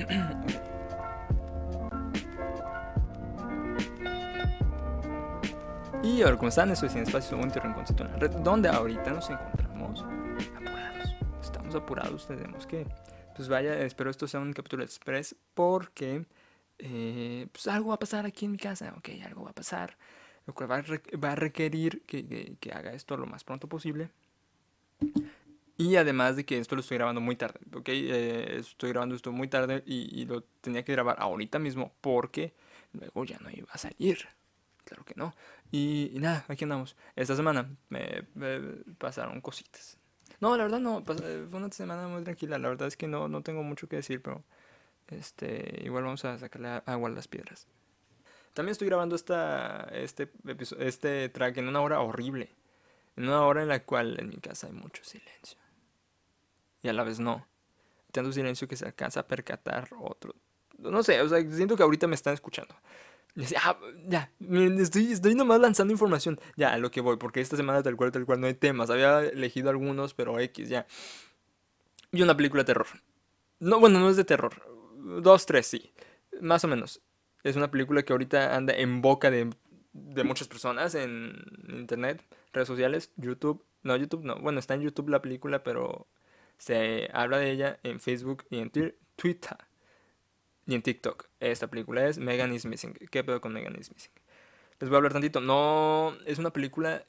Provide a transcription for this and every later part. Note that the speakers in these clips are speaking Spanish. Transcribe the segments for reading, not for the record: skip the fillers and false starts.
Y ahora, ¿cómo están? Eso es Sin Espacio, Segundo y Rinconcito en la Red, donde ahorita nos encontramos apurados. Estamos apurados, tenemos que... Pues vaya, espero esto sea un capítulo express porque... pues algo va a pasar aquí en mi casa, ok, algo va a pasar. Lo cual va a requerir que haga esto lo más pronto posible. Y además de que esto lo estoy grabando muy tarde, ok, estoy grabando esto muy tarde y lo tenía que grabar ahorita mismo porque luego ya no iba a salir. Claro que no. Y nada, aquí andamos. Esta semana me pasaron cositas. No, la verdad no, fue una semana muy tranquila. La verdad es que no tengo mucho que decir, pero igual vamos a sacarle agua a las piedras. También estoy grabando este track en una hora horrible. En una hora en la cual en mi casa hay mucho silencio. Y a la vez no. Tanto silencio que se alcanza a percatar otro. No sé, o sea, siento que ahorita me están escuchando. Y decía, ya, miren, estoy nomás lanzando información. Ya, a lo que voy, porque esta semana tal cual no hay temas. Había elegido algunos, pero X, ya. Y una película de terror. No, bueno, no es de terror. Dos, tres, sí. Más o menos. Es una película que ahorita anda en boca de muchas personas en internet, redes sociales, YouTube. No, YouTube no. Bueno, está en YouTube la película, pero se habla de ella en Facebook y en Twitter. Y en TikTok. Esta película es Megan is Missing. ¿Qué pedo con Megan is Missing? Les voy a hablar tantito. No, es una película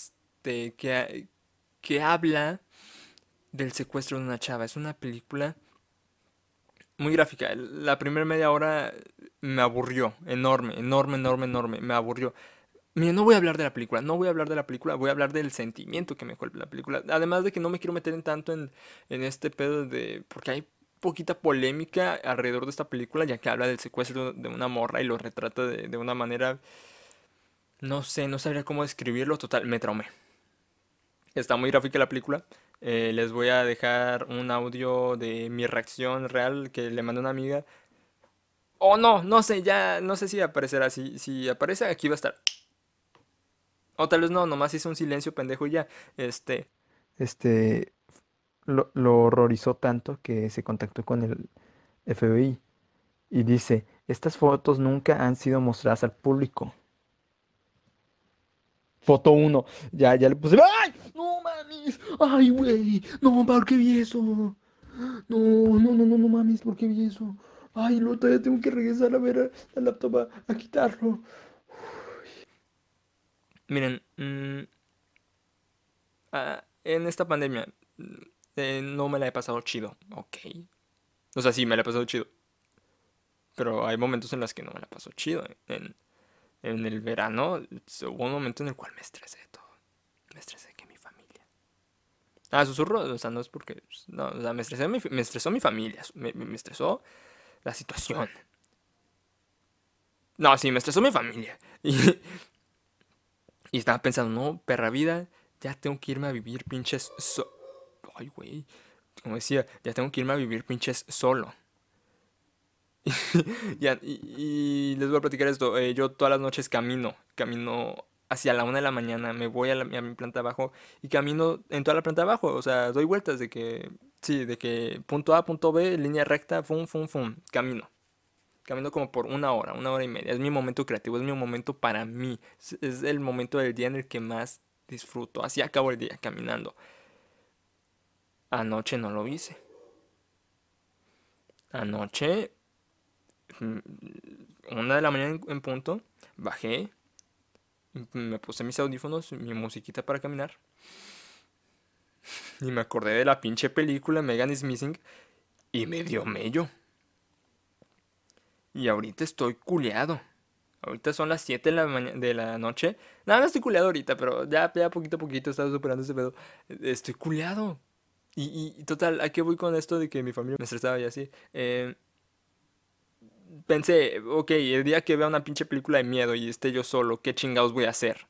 que habla del secuestro de una chava. Es una película muy gráfica. La primera media hora me aburrió. Enorme, enorme, enorme, enorme. Me aburrió. Mira, no voy a hablar de la película. No voy a hablar de la película. Voy a hablar del sentimiento que me dejó la película. Además de que no me quiero meter en tanto en este pedo de... Porque hay poquita polémica alrededor de esta película, ya que habla del secuestro de una morra y lo retrata de una manera... No sé, no sabría cómo describirlo. Total, me traumé. Está muy gráfica la película. Les voy a dejar un audio de mi reacción real que le mandé a una amiga. O no, no sé, ya no sé si aparecerá. Si aparece, aquí va a estar. O tal vez no, nomás hice un silencio pendejo y ya. Este. Este. Lo horrorizó tanto que se contactó con el FBI y dice: Estas fotos nunca han sido mostradas al público. Foto uno. Ya le puse. ¡Ay! ¡No mames! ¡Ay, güey! No, ¿por qué vi eso? No, no mames, ¿por qué vi eso? Ay, luego todavía tengo que regresar a ver al laptop a quitarlo. Miren, en esta pandemia no me la he pasado chido, ok. O sea, sí, me la he pasado chido. Pero hay momentos en los que no me la paso chido. En el verano hubo un momento en el cual me estresé de todo. Me estresé que mi familia. Susurro, o sea, no es porque... No, o sea, me estresó mi familia. Me estresó la situación. No, sí, me estresó mi familia. Y estaba pensando, no, perra vida, ya tengo que irme a vivir pinches... Ay, güey. Como decía, ya tengo que irme a vivir pinches solo. Ya, y les voy a platicar esto. Yo todas las noches camino hacia la 1 de la mañana, me voy a mi planta abajo y camino en toda la planta abajo. O sea, doy vueltas de que, sí, de que punto A, punto B, línea recta, fum, fum, fum, camino. Camino como por una hora y media. Es mi momento creativo, es mi momento para mí. Es el momento del día en el que más disfruto. Así acabo el día, caminando. Anoche no lo hice. Anoche, 1 de la mañana en punto, bajé, me puse mis audífonos, mi musiquita para caminar. Y me acordé de la pinche película Megan is Missing y me dio mello. Y ahorita estoy culeado. Ahorita son las 7 de la noche. Nada, no estoy culeado ahorita, pero ya poquito a poquito he estado superando ese pedo. Estoy culeado. Y total, ¿a qué voy con esto de que mi familia me estresaba y así? Pensé, ok, el día que vea una pinche película de miedo y esté yo solo, ¿qué chingados voy a hacer?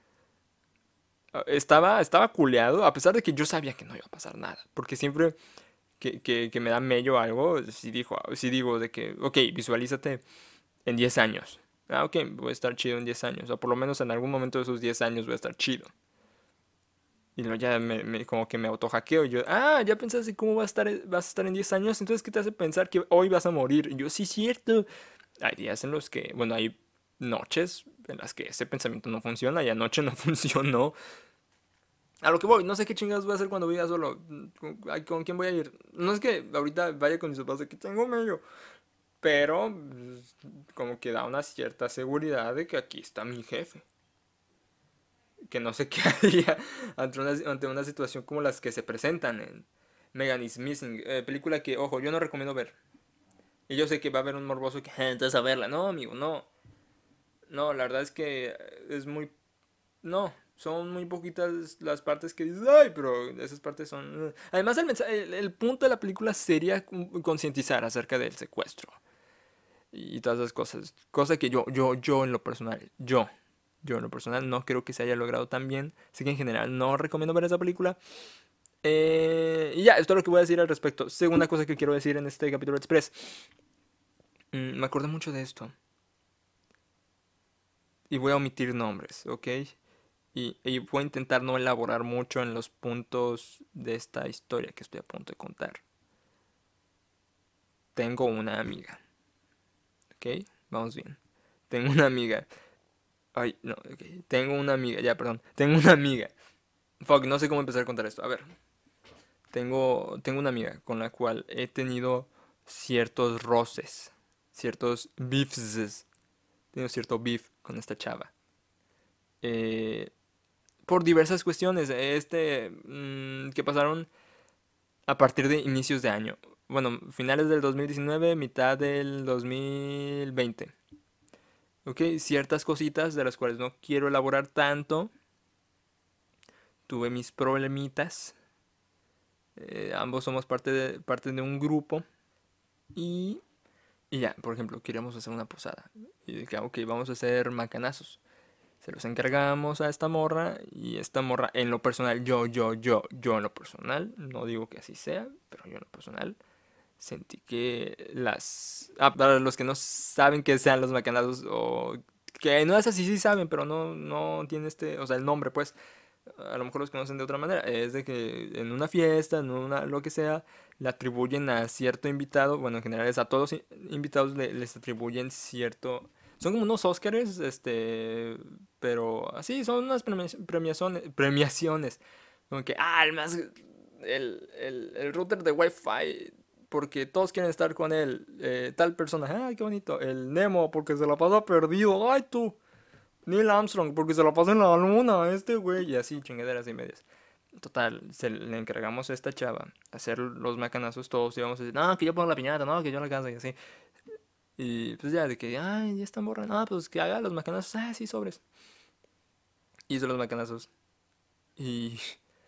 Estaba culeado, a pesar de que yo sabía que no iba a pasar nada. Porque siempre que me da mello algo, si digo de que, ok, visualízate en 10 años. Ok, voy a estar chido en 10 años. O por lo menos en algún momento de esos 10 años voy a estar chido. Y luego ya como que me autohackeo y yo, ya pensaste cómo vas a estar en 10 años, entonces ¿qué te hace pensar que hoy vas a morir? Y yo, sí, cierto. Hay días en los que, bueno, hay noches en las que ese pensamiento no funciona y anoche no funcionó. A lo que voy, no sé qué chingados voy a hacer cuando viva solo. ¿Con quién voy a ir? No es que ahorita vaya con mis papás de que tengo medio, pero como que da una cierta seguridad de que aquí está mi jefe. Que no sé qué haría ante una situación como las que se presentan en Megan is Missing. Película que, ojo, yo no recomiendo ver. Y yo sé que va a haber un morboso que, entonces a verla. No, amigo, no. No, la verdad es que es muy... No, son muy poquitas las partes que dices, ay, pero esas partes son... Además, el punto de la película sería concientizar acerca del secuestro y todas esas cosas. Cosa que yo en lo personal, yo en lo personal no creo que se haya logrado tan bien. Así que en general no recomiendo ver esa película. Y ya, esto es lo que voy a decir al respecto. Segunda cosa que quiero decir en este capítulo express. Me acordé mucho de esto. Y voy a omitir nombres, ¿ok? Y voy a intentar no elaborar mucho en los puntos de esta historia que estoy a punto de contar. Tengo una amiga, ¿ok? Vamos bien. Tengo una amiga. Ay, no, ok. Tengo una amiga, ya, perdón. Tengo una amiga. Fuck, no sé cómo empezar a contar esto. A ver, tengo una amiga con la cual he tenido ciertos roces, ciertos beefs. Tengo cierto beef con esta chava. Eh, por diversas cuestiones, que pasaron a partir de inicios de año. Bueno, finales del 2019, mitad del 2020. Ok, ciertas cositas de las cuales no quiero elaborar tanto. Tuve mis problemitas. Ambos somos parte de un grupo. Y, y ya, por ejemplo, queríamos hacer una posada. Y dije, ok, vamos a hacer macanazos. Se los encargamos a esta morra. Y esta morra, en lo personal, yo en lo personal, no digo que así sea, pero yo en lo personal, sentí que para los que no saben qué sean los macanazos, o que no es así, sí saben, pero no tiene o sea, el nombre, pues, a lo mejor los conocen de otra manera, es de que en una fiesta, en una, lo que sea, le atribuyen a cierto invitado, bueno, en general es a todos invitados les atribuyen cierto... Son como unos Óscares, pero así, son unas premiaciones. Como que, el más, el router de Wi-Fi porque todos quieren estar con él. Tal persona, ay, qué bonito. El Nemo, porque se la pasa perdido. Ay, tú. Neil Armstrong, porque se la pasa en la luna. Este güey. Y así, chingaderas y medias. Total, le encargamos a esta chava hacer los macanazos. Todos íbamos a decir, no, que yo pongo la piñata, no, que yo la canso y así. Y pues ya, de que, ay, ya están borrando. No, pues que haga los macanazos. Sí, sobres. Hizo los macanazos. Y,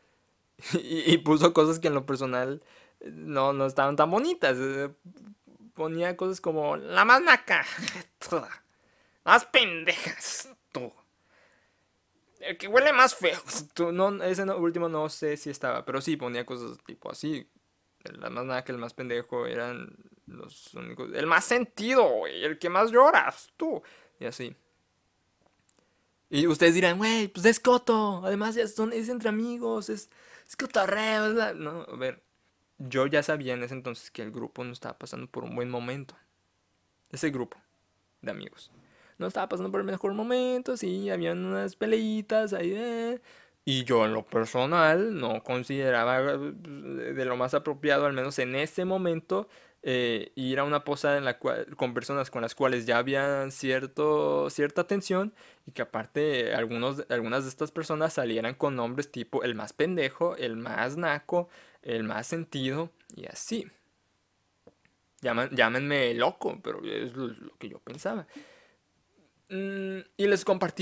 y puso cosas que en lo personal no estaban tan bonitas. Ponía cosas como la más naca, más pendejas, tú. El que huele más feo. Tú, no, ese último no sé si estaba, pero sí ponía cosas tipo así. La más naca, el más pendejo eran los únicos. El más sentido, güey, el que más lloras, tú. Y así. Y ustedes dirán, güey, pues es coto. Además, es entre amigos, es cotorreo. No, a ver, yo ya sabía en ese entonces que el grupo no estaba pasando por un buen momento. Ese grupo de amigos. No estaba pasando por el mejor momento, sí, habían unas peleitas ahí. Y yo en lo personal no consideraba de lo más apropiado, al menos en ese momento, ir a una posada en la cual, con personas con las cuales ya había cierta tensión y que aparte algunas de estas personas salieran con nombres tipo el más pendejo, el más naco, el más sentido y así. Llámenme loco, pero es lo que yo pensaba. Y les compartí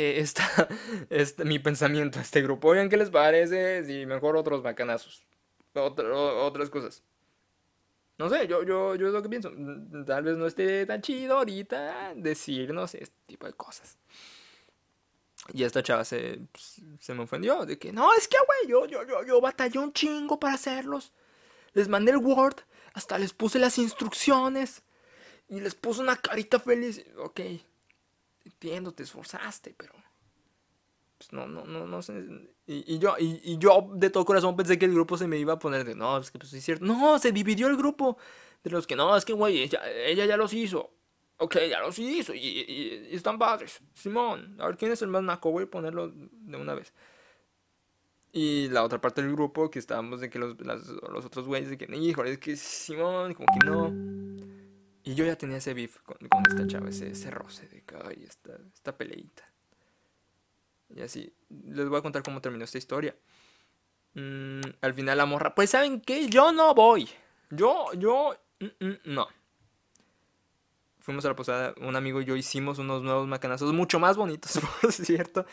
mi pensamiento a este grupo. Oigan, ¿qué les parece? Si mejor otros bacanazos. Otras cosas. No sé, yo es lo que pienso. Tal vez no esté tan chido ahorita decirnos este tipo de cosas. Y esta chava se me ofendió de que, no, es que, güey, yo batallé un chingo para hacerlos. Les mandé el Word, hasta les puse las instrucciones y les puse una carita feliz. Ok, entiendo, te esforzaste, pero Pues no sé. Y yo de todo corazón pensé que el grupo se me iba a poner de, no, es que pues sí es cierto. No, se dividió el grupo. De los que, no, es que, güey, ella ya los hizo. Ok, ya los hizo. Y están padres. Simón, a ver quién es el más naco. Voy a ponerlo de una vez. Y la otra parte del grupo, que estábamos de que los otros güeyes, de que, híjole, es que Simón, como que no. Y yo ya tenía ese beef con esta chava, ese roce de que, ay, esta peleita. Y así, les voy a contar cómo terminó esta historia. Al final la morra, pues ¿saben qué? Yo no voy. No. Fuimos a la posada, un amigo y yo hicimos unos nuevos macanazos mucho más bonitos, por cierto.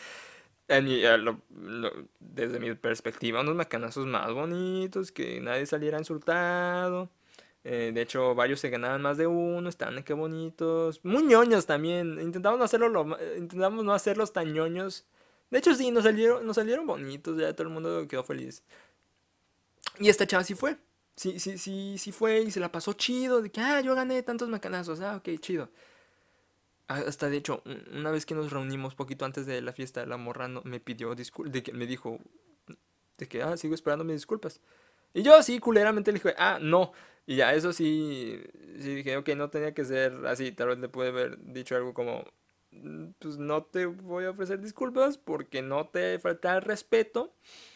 Desde mi perspectiva, unos macanazos más bonitos, que nadie saliera insultado. De hecho, varios se ganaban más de uno, estaban qué bonitos. Muy ñoños también. Intentamos no hacerlos tan ñoños. De hecho, sí, nos salieron bonitos, ya todo el mundo quedó feliz. Y esta chava sí fue. Sí, sí, sí, sí fue y se la pasó chido. De que, yo gané tantos macanazos. Ok, chido. Hasta de hecho, una vez que nos reunimos poquito antes de la fiesta, la morra me pidió disculpas, de que me dijo, de que, sigo esperando mis disculpas. Y yo así, culeramente le dije, no. Y ya, eso sí, sí dije, ok, no tenía que ser así. Tal vez le pude haber dicho algo como, pues no te voy a ofrecer disculpas porque no te falta el respeto.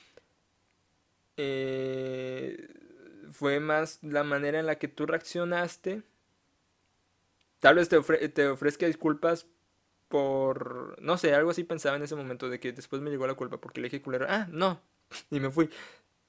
Eh, Fue más la manera en la que tú reaccionaste. Tal vez te ofrezca disculpas por, no sé, algo así pensaba en ese momento de que después me llegó la culpa porque le dije culero, no, y me fui.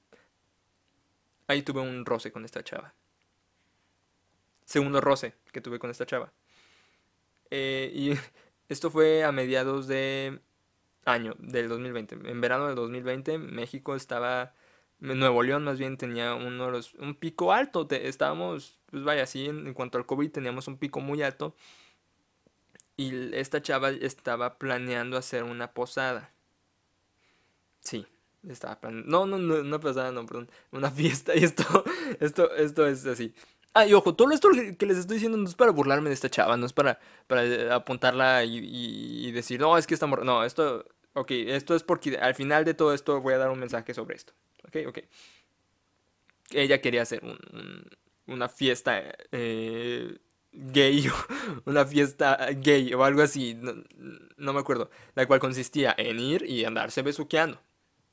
Ahí tuve un roce con esta chava. Segundo roce que tuve con esta chava. Y esto fue a mediados de año del 2020. En verano del 2020 México estaba, Nuevo León más bien tenía un pico alto. Estábamos, pues vaya, así en cuanto al COVID teníamos un pico muy alto. Y esta chava estaba planeando hacer una posada. Sí, estaba planeando. No, una posada, no, perdón. Una fiesta. Y esto es así. Y ojo, todo esto que les estoy diciendo no es para burlarme de esta chava, no es para apuntarla y decir, no, es que estamos. No, ok, esto es porque al final de todo esto voy a dar un mensaje sobre esto. Ok, ok. Ella quería hacer una fiesta gay, una fiesta gay o algo así, no me acuerdo, la cual consistía en ir y andarse besuqueando.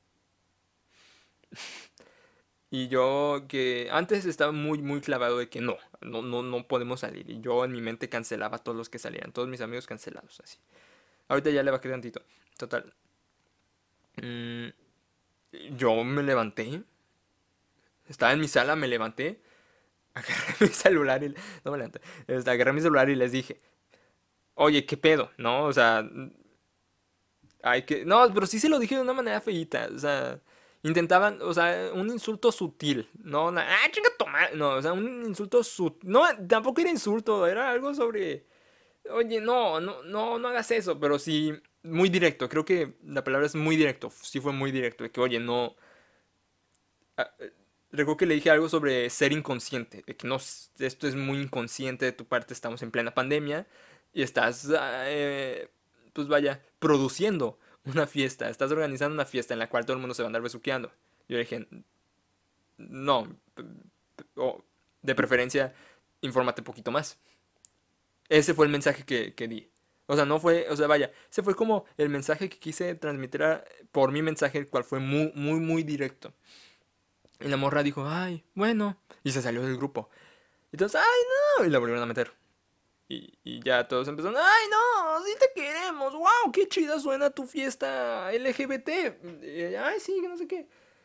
Y yo que antes estaba muy, muy clavado de que no podemos salir. Y yo en mi mente cancelaba a todos los que salieran, todos mis amigos cancelados, así. Ahorita ya le bajé tantito. Total. mm, yo me levanté, estaba en mi sala, me levanté, agarré mi celular y... No me levanté. Agarré mi celular y les dije, oye, ¿qué pedo? ¿No? O sea, hay que... No, pero sí se lo dije de una manera feíta. O sea, intentaban, o sea, un insulto sutil. No, chinga tu madre. No, o sea, un insulto sutil. No, tampoco era insulto, era algo sobre... Oye, no hagas eso, pero sí, muy directo. Creo que la palabra es muy directo. Sí fue muy directo. De que, oye, no... ah, recuerdo que le dije algo sobre ser inconsciente. De que no, esto es muy inconsciente de tu parte. Estamos en plena pandemia y estás, pues vaya, produciendo una fiesta. Estás organizando una fiesta en la cual todo el mundo se va a andar besuqueando. Yo le dije, no, o de preferencia, infórmate un poquito más. Ese fue el mensaje que di. O sea, no fue, o sea, vaya, ese fue como el mensaje que quise transmitir por mi mensaje, el cual fue muy, muy, muy directo. Y la morra dijo, ay, bueno, y se salió del grupo. Entonces, ay, no, y la volvieron a meter. Y ya todos empezaron, ay, no, sí te queremos, wow, qué chida suena tu fiesta LGBT. Ay, sí, que no sé qué.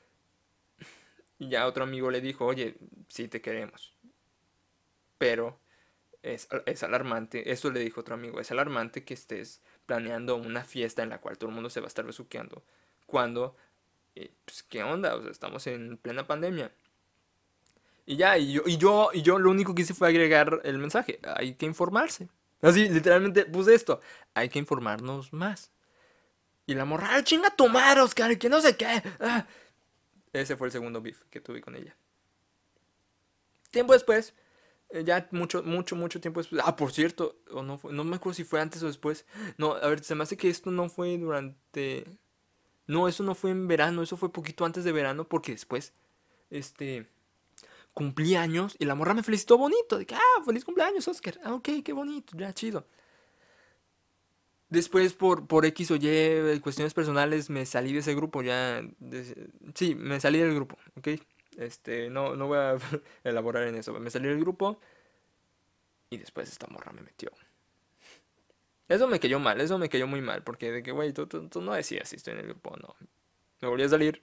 Y ya otro amigo le dijo, oye, sí te queremos, pero es alarmante, eso le dijo otro amigo, es alarmante que estés planeando una fiesta en la cual todo el mundo se va a estar besuqueando. Cuando, pues, ¿qué onda? O sea, estamos en plena pandemia. Y ya, y yo lo único que hice fue agregar el mensaje. Hay que informarse. Así, literalmente puse esto. Hay que informarnos más. Y la morra, "Ay, chinga tu madre, Oscar, que no sé qué. Ese fue el segundo beef que tuve con ella. Tiempo después, ya mucho, mucho, mucho tiempo después. Por cierto, o no me acuerdo si fue antes o después. No, a ver, se me hace que esto no fue durante. No, eso no fue en verano, eso fue poquito antes de verano porque después, este, cumplí años y la morra me felicitó bonito. De que, feliz cumpleaños, Oscar. Ok, qué bonito, ya, chido. Después, por X o Y, cuestiones personales, me salí de ese grupo, ya. Sí, me salí del grupo, ¿ok? No voy a elaborar en eso. Me salí del grupo y después esta morra me metió. Eso me cayó mal, eso me cayó muy mal, porque de que, güey, tú no decías si estoy en el grupo o no. Me volví a salir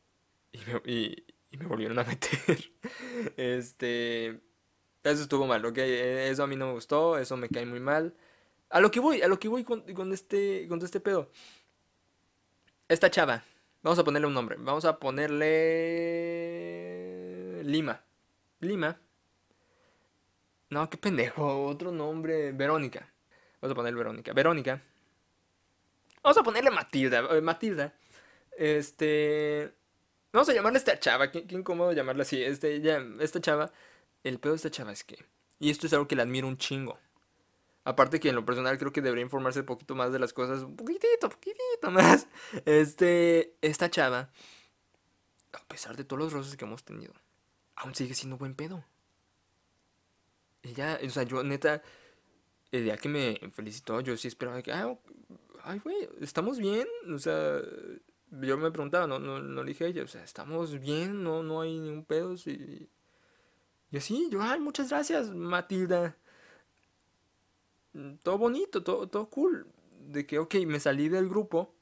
y me volvieron a meter. Este, Eso estuvo mal, ¿ok? Eso a mí no me gustó, eso me cae muy mal. A lo que voy con este pedo. Esta chava, vamos a ponerle un nombre, vamos a ponerle Lima. Lima. No, qué pendejo, otro nombre, Verónica. Vamos a ponerle Verónica. Verónica. Vamos a ponerle Matilda. Matilda. Este, Vamos a llamarle esta chava, qué incómodo llamarla así. Esta chava, el pedo de esta chava es que, y esto es algo que le admiro un chingo. Aparte que en lo personal creo que debería informarse un poquito más de las cosas, un poquitito más. Esta chava, a pesar de todos los roces que hemos tenido, aún sigue siendo buen pedo. Ella, o sea, yo neta, el día que me felicitó, yo sí esperaba que, ay, güey, ¿estamos bien? O sea, yo me preguntaba, no le dije a ella, o sea, ¿estamos bien? No hay ningún pedo. Y así, ay, muchas gracias, Matilda. Todo bonito, todo cool. De que, ok, me salí del grupo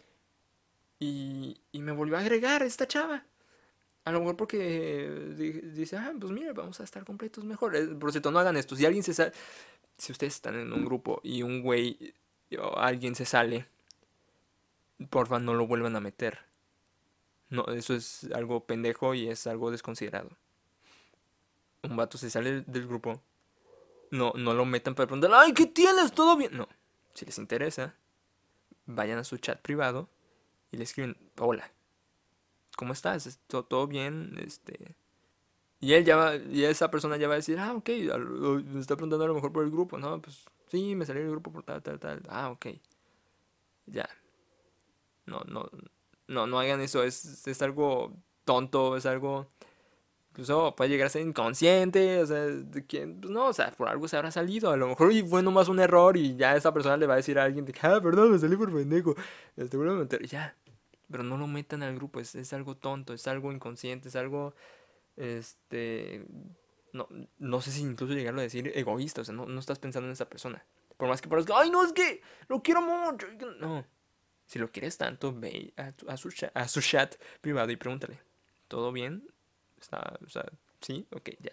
y me volvió a agregar esta chava. A lo mejor porque dice, pues mira, vamos a estar completos mejor. Por cierto, no hagan esto. Si alguien se sale, si ustedes están en un grupo y un güey o alguien se sale, porfa, no lo vuelvan a meter. No, eso es algo pendejo y es algo desconsiderado. Un vato se sale del grupo, no lo metan para preguntar, ay, ¿qué tienes? ¿Todo bien? No. Si les interesa, vayan a su chat privado y le escriben, hola, ¿cómo estás? ¿Todo bien? Y esa persona ya va a decir, ok, me está preguntando a lo mejor por el grupo, ¿no? Pues sí, me salí del grupo por tal, tal, tal. Ok, ya. No, no, no hagan eso, es algo tonto, es algo, incluso puede llegar a ser inconsciente, o sea, pues no, o sea, por algo se habrá salido, a lo mejor y fue nomás un error y ya esa persona le va a decir a alguien de que, perdón, me salí por pendejo, vuelvo a meter, ya, pero no lo metan al grupo, es algo tonto, es algo inconsciente, es algo, este, no, no sé si incluso llegarlo a decir egoísta, o sea, no estás pensando en esa persona. Por más que parezca, ay, no, es que lo quiero mucho. No, si lo quieres tanto, ve a su chat privado y pregúntale, ¿todo bien? O sea, sí, ok, ya.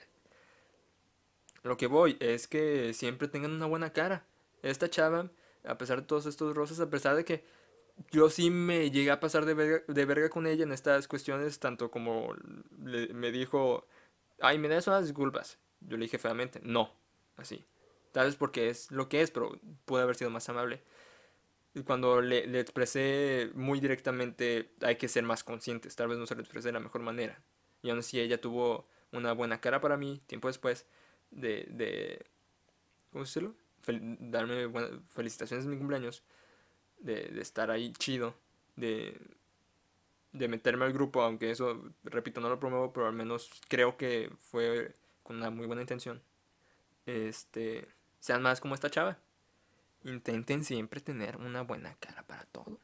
Lo que voy es que siempre tengan una buena cara. Esta chava, a pesar de todos estos roces, a pesar de que yo sí me llegué a pasar de verga con ella en estas cuestiones, tanto como me dijo, ay, me das unas disculpas. Yo le dije feamente, no, así. Tal vez porque es lo que es, pero pude haber sido más amable. Y cuando le expresé muy directamente, hay que ser más conscientes. Tal vez no se lo expresé de la mejor manera. Y aún así ella tuvo una buena cara para mí, tiempo después, de ¿cómo decirlo? Darme felicitaciones de mi cumpleaños, de estar ahí chido, de, de meterme al grupo, aunque eso, repito, no lo promuevo, pero al menos creo que fue con una muy buena intención. Este, Sean más como esta chava. Intenten siempre tener una buena cara para todo.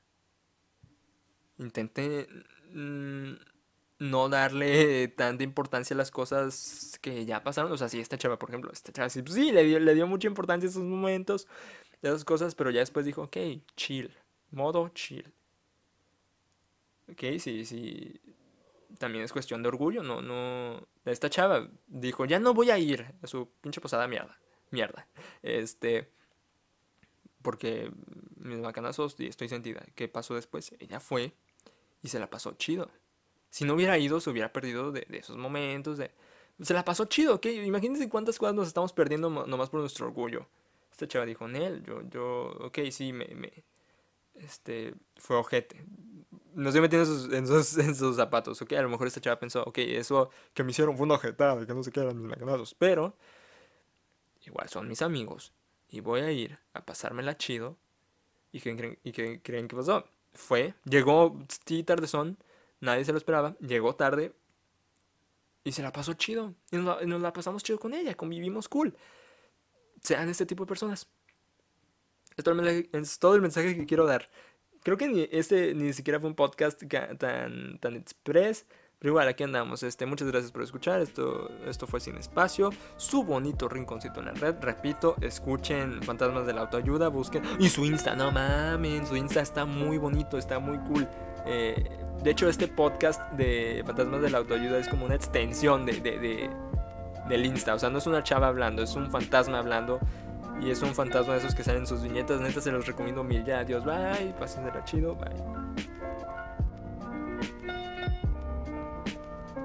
Intenten mm, no darle tanta importancia a las cosas que ya pasaron. O sea, si esta chava, por ejemplo, esta chava sí, pues sí, le dio mucha importancia a esos momentos, a esas cosas, pero ya después dijo, ok, chill, modo chill. Ok, sí, sí, también es cuestión de orgullo, no. Esta chava dijo, ya no voy a ir a su pinche posada mierda, mierda. Este, porque mis macanazos y estoy sentida. ¿Qué pasó después? Ella fue y se la pasó chido. Si no hubiera ido, se hubiera perdido de esos momentos. Se la pasó chido, ¿ok? Imagínense cuántas cosas nos estamos perdiendo nomás por nuestro orgullo. Esta chava dijo, Nel, ok, sí, fue ojete. No estoy metiendo en sus zapatos, ¿ok? A lo mejor esta chava pensó, ok, eso que me hicieron fue una ojetada, que no sé qué eran mis macanazos. Pero, igual son mis amigos. Y voy a ir a pasármela chido. ¿Y qué creen que pasó? Llegó, sí, tardezón, nadie se lo esperaba, llegó tarde y se la pasó chido. Y nos la pasamos chido con ella, convivimos cool. Sean este tipo de personas. Es todo el mensaje que quiero dar. Creo que ni siquiera fue un podcast tan express. Pero igual, aquí andamos. Muchas gracias por escuchar. Esto fue Sin Espacio. Su bonito rinconcito en la red. Repito, escuchen Fantasmas de la Autoayuda. Busquen. Y su Insta, no mames. Su Insta está muy bonito, está muy cool. De hecho, este podcast de Fantasmas de la Autoayuda es como una extensión del Insta. O sea, no es una chava hablando, es un fantasma hablando. Y es un fantasma de esos que salen en sus viñetas. Neta, se los recomiendo mil. Ya, adiós, bye. Pásensela chido, bye.